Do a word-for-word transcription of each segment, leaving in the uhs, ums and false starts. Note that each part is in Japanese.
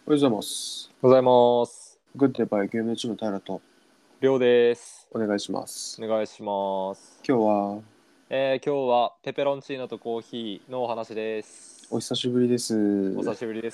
おはようございます。 おはようございます。 グッデイバイゲームチーム平とりょうです。 お願いします。 お願いします。 今日はえー、今日はペペロンチーノとコーヒーのお話です。 お久しぶりです。 お久しぶりです。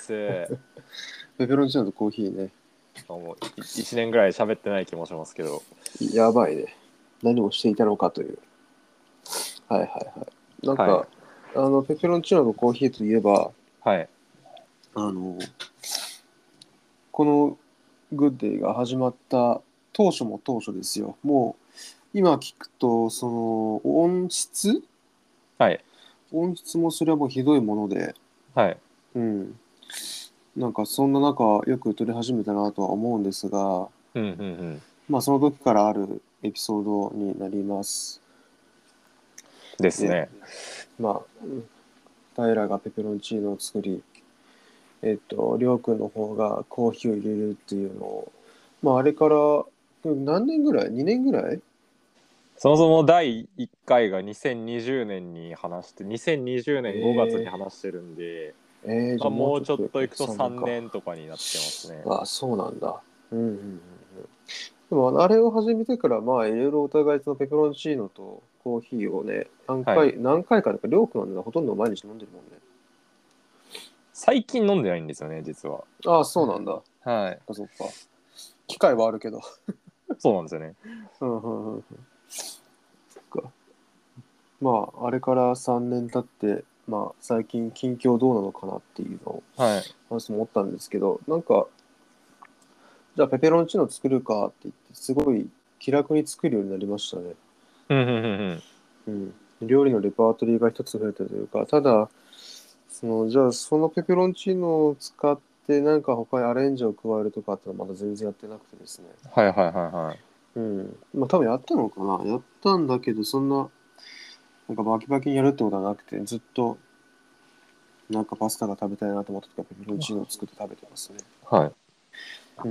ペペロンチーノとコーヒーね。 もういちねんぐらい喋ってない気もしますけど。 やばいね。何をしていたのかという。はいはいはい。なんか、 はい。 あの、ペペロンチーノとコーヒーといえば、 はい。 あの、このグッデイが始まった当初も当初ですよ。もう、今聞くと、その、音質はい。 音質もそれはもうひどいもので、 はい。 うん。なんかそんな中よく撮り始めたなとは思うんですが、 うんうんうん。 まあその時からあるエピソードになります。で、 ですね。 まあ、うん平がペペロンチーノを作り、えっと、りょうくんの方がコーヒーを入れるっていうのを、まああれからうん何年ぐらい ?に 年ぐらいそもそもだいいっかいがにせんにじゅうねんに話して、にせんにじゅうねんごがつにえ話してるんで、 ー、えー、じまあ、 ゃあもうもうちょっちょっとといくと 3 3 年か。 年とかになってますね。 ああ、そうなんだ。うんうんうんうん。でもあれを始めてからまあいろいろお互いそのペペロンチーノとコーヒーをね、何はい。 回、何回か、りょうくんはね、ほとんど毎日飲んでるもんね。 最近飲んでないんですよね、実は。 ああ、そうなんだ。そはい。 っかそっか。機会はあるけど。 そうなんですよね。 うんうんうん。そっか。まあ、あれからさんねん経って、まあ、最近近況どうなのかなっていうのをはい。 話して思ったんですけど、なんか、じゃあペペロンチーノ作るかって言って、すごい気楽に作るようになりましたね。 うんうんうんうん。 うん。料理のレパートリーが一つ増えたというか、ただ、その、じゃあそのペペロンチーノを使ってなんか他にアレンジを加えるとかってのはまだ全然やってなくてですね。 はいはいはいはい。 うん。まあ多分やったのかな。やったんだけど、そんな、なんかバキバキにやるってことはなくて、ずっとなんかパスタが食べたいなと思った時はペペロンチーノを作って食べてますね。 はい。 うん。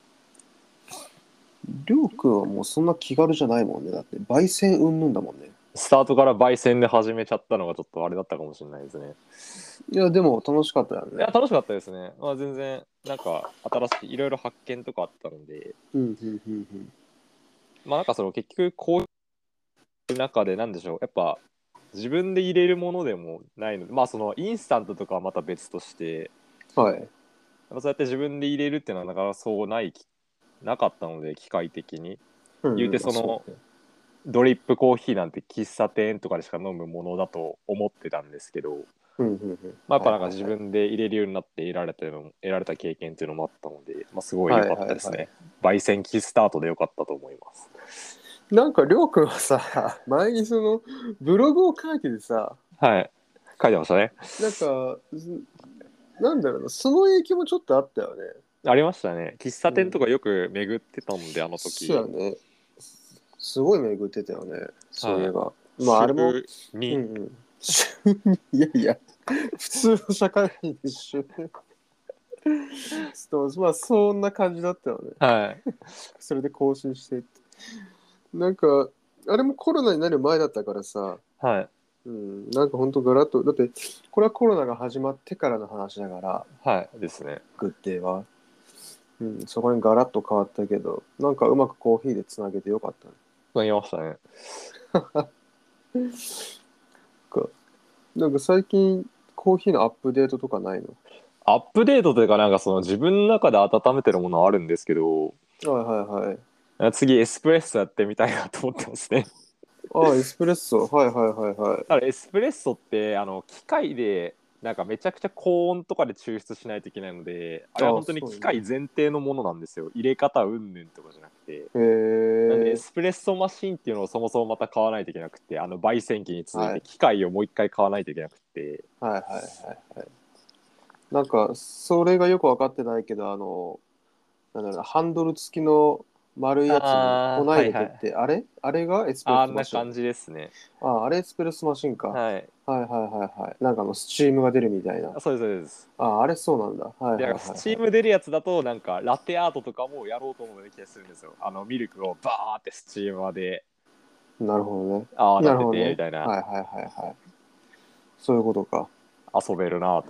りょうくんはもうそんな気軽じゃないもんね。だって、焙煎うんぬんだもんね。 スタートから焙煎で始めちゃったのがちょっとあれだったかもしれないですね。 いや、でも楽しかったよね。 いや、楽しかったですね。まあ全然、なんか新しい、いろいろ発見とかあったので、 うん、うん、うん、うん。 まあなんかその結局こういう中でなんでしょう、やっぱ自分で入れるものでもないので、まあそのインスタントとかはまた別として、 はい。 やっぱそうやって自分で入れるっていうのはなかなかそうないき、なかったので、機械的に。 うん、 言ううん、まあてその、 そうね。 ドリップコーヒーなんて喫茶店とかでしか飲むものだと思ってたんですけど、 うん、うん、うん。 まあ、やっはい、 ぱなんかはい、はい。 自分で入れるようになって得られたの得られた経験っていうのもあったので、まあ、すごい良はい、 かっはい、はい。 たですね。焙煎機スタートで良かったと思います。 なんか、りょうくんはさ、前にその、ブログを書いててさ、 はい。書いてましたね。 なんか、ずなんだろうな、その影響もちょっとあったよね。 ありましたね。喫茶うん。 店とかよく巡ってたので、あの時。 そうやね。すごい巡ってたよね。そういはい。 えば。まあ、あ週れも、うんに。 うん。いやいや、普通の社会人でしょ。そうまあ、そんな感じだったよね。 はい。 それで更新してって。なんか、あれもコロナになる前だったからさ、 はい。 うん、なんかほんとガラッと、だって、これはコロナが始まってからの話だから、 はいですね。 グッデイは。うん、そこにガラッと変わったけど、なんかうまくコーヒーでつなげてよかったね。 言いましたね。 かなんか最近コーヒーのアップデートとかないの？ アップデートというか、なんかその自分の中で温めてるものはあるんですけど、 はいはいはい。 次エスプレッソやってみたいなと思ってますね。 ああ、エスプレッソ。はいはいはいはい。 ただエスプレッソってあの機械でなんかめちゃくちゃ高温とかで抽出しないといけないので、あれはああ、 本当に機械そうね。 前提のものなんですよ。入れ方うんぬんとかじゃなくて。 へなんでエえ。 スプレッソマシンっていうのをそもそもまた買わないといけなくて、あの焙煎機に続いはい。 て機械をもう一回買わないといけなくて。 はいはいはいはい。なんか、それがよくわかってないけど、あの、なんだろうな、ハンドル付きの丸いやつに粉ああ、 入はいはい。 れてって、あれあれがエスプレッあソマシン？ んな感じですね。 ああ、あれエスプレッソマシンか。 はい。 はいはいはいはい。なんかあの、スチームが出るみたいな。 あ、そうですそうです。 ああ、あれそうなんだ。はいはいで、なんかスチはいはーム出るやつだと、なんかラテアートとかもやろうと思うような気がするんですよ。あのミルクをバーってスチーマーでい。なるほどね。 泡立てなるほどね。 てみたいな、 はいはいはいはい。そういうことか。 遊べるなぁと。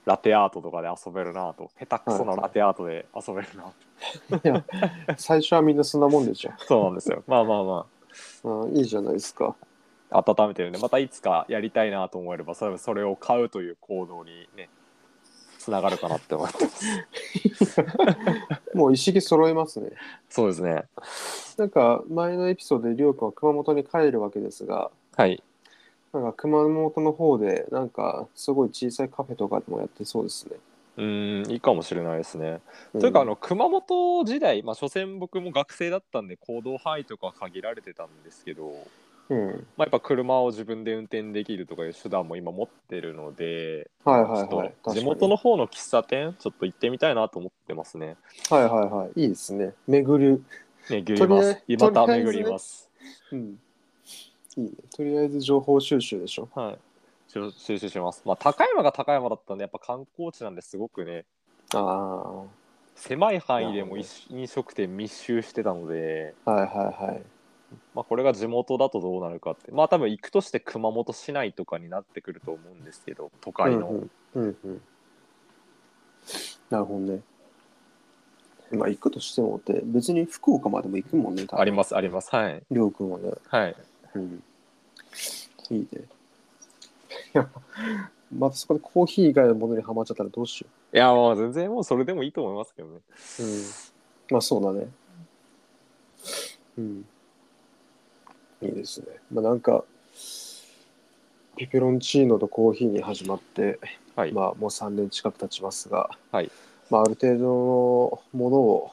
ラテアートとかで遊べるなと、下手くそなラテアートで遊べるなと。 いや、最初はみんなそんなもんでしょ。 そうなんですよ。まあまあまうん、いいじゃないですか。 あ、温めてるんで、またいつかやりたいなと思えれば、それそれを買うという行動にね、つながるかなって思ってます。 もう一式揃いますね。 そうですね。 なんか前のエピソードでりょうくんは熊本に帰るわけですが、 はい。 なんか熊本の方でなんかすごい小さいカフェとかでもやってそうですね。 うーん、いいかもしれないですね。 うん、 というか、あの、熊本時代、まあ、所詮僕も学生だったんで、行動範囲とか限られてたんですけど、 うん。 まあ、やっぱ車を自分で運転できるとかいう手段も今持ってるので、 はいまあ、ちょっはいはい。 と地確かに。 元の方の喫茶店、ちょっと行ってみたいなと思ってますね。 はいはいはい。いいですね。巡る。 巡ります。 とりあえず、とりまた巡あえずね。 ります。 うん。いいね。とりあえず情報収集でしょ。 はい。収収集します。まあ、高山が高山だったんで、やっぱ観光地なんですごくね、 ああ、 狭い範囲でもなるほどね。 飲食店密集してたので、 はいはいはい。 まあ、これが地元だとどうなるかって、まあ多分行くとして熊本市内とかになってくると思うんですけど、都会の。 うんうん。うんうん。なるほどね。まあ行くとしてもって、別に福岡までも行くもんね、多分。 あります、あります。はい。 りょうくんはね。 はい。 うん。いいね。いや、またそこでコーヒー以外のものにハマっちゃったらどうしよいや、もう全然もうそれでもいいと思いますけどね。 う。うん。まあそうだね。うん。いいですね。まあなんか、ペペロンチーノとコーヒーに始まって、 はい。 まあもうさんねん近く経ちますが、 はい。 まあある程度のものを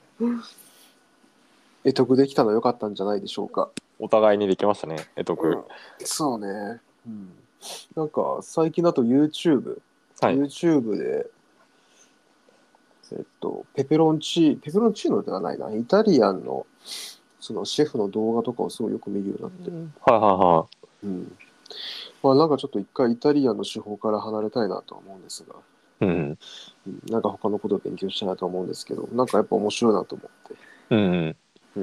得得できたのは良かったんじゃないでしょうか。 お互いにできましたね、得得。 うん。そうね。うん。なんか最近だと YouTube、 はい。 YouTube で、えっと、ペペロンチー、ペペロンチーノではないな、イタリアンのそのシェフの動画とかをすごいよく見るようになって。 はいはうん。まあなんかちょっと一回イタリアンの手法から離れたいなとは思うんですが、 いはい。うん。 うん、なんか他のことを勉強したいなと思うんですけど、なんかやっぱ面白いなと思って。 うんうん。 うん。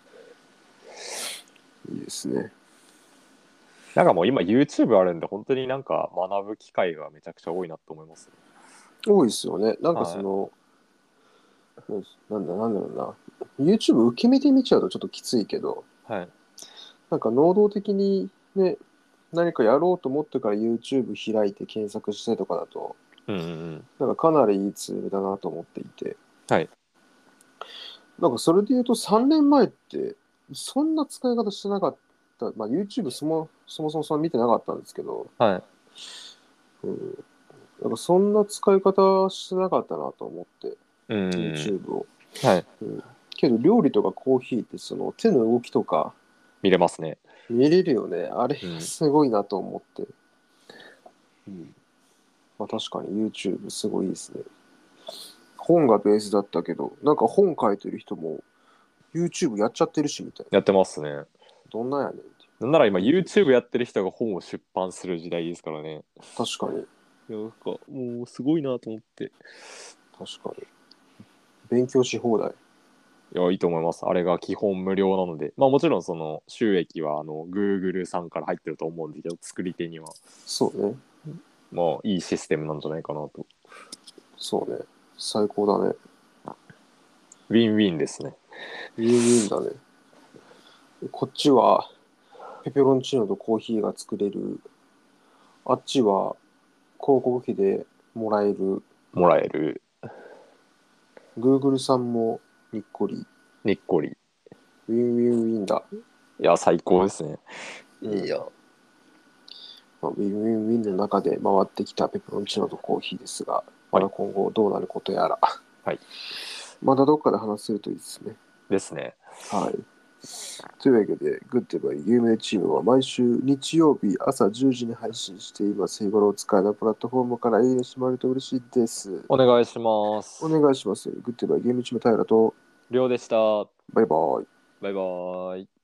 いいですね。 なんかもう今 YouTube あるんで、本当になんか学ぶ機会がめちゃくちゃ多いなと思いますね。 多いですよね。なんかそはの、うんなんだ、なんだろうな。YouTube 受け身で見ちゃうとちょっときついけど、 い。はい。 なんか能動的にね、何かやろうと思ってから YouTube 開いて検索してとかだと、 うんうんうん。 なんかかなりいいツールだなと思っていて、 はい。 なんかそれで言うとさんねんまえってそんな使い方してなかった、まあ YouTube そもそもそもそんな見てなかったんですけど、 はい。 うん、なんかそんな使い方してなかったなと思って、 うんうんうん。 YouTube を。 はい。 うん、けど料理とかコーヒーってその手の動きとか見れますね。 見れるよね。あれうん。 すごいなと思って。うん、まあ確かに YouTube すごいですね。本がベースだったけど、なんか本書いてる人も YouTube やっちゃってるしみたいな。 やってますね。 どんなんやねんって。 なんなら今びっくり。 YouTube やってる人が本を出版する時代ですからね。 確かに。 いや、なんかもうすごいなと思って。 確かに。勉強し放題。 いや、いいと思います。あれが基本無料なので。まあもちろんその収益はあの Google さんから入ってると思うんですけど、作り手には。 そうね。 まあいいシステムなんじゃないかなと。 そうね。最高だね。 ウィンウィンですね。 ウィンウィンだね。こっちはペペロンチーノとコーヒーが作れる。あっちは広告費でもらえる。 もらえる。 Google さんもにっこり。 にっこり。 ウィンウィンウィンだ。 いや、最高ですね。 うん。 いや、 まあ、ウィンウィンウィンの中で回ってきたペペロンチーノとコーヒーですが、まはい。 だ今後どうなることやら。 はい。 まだどっかで話せるといいですね。 ですね。 はい。というわけで、グッドバイ有名チームは毎週日曜日朝じゅうじに配信しています。日頃お使いのプラットフォームからいいねしてもらえると嬉しいです。 お願いします。 お願いします。グッドバイゲームチーム平と、 りょうでした。 バイバイ。 バイバーイ。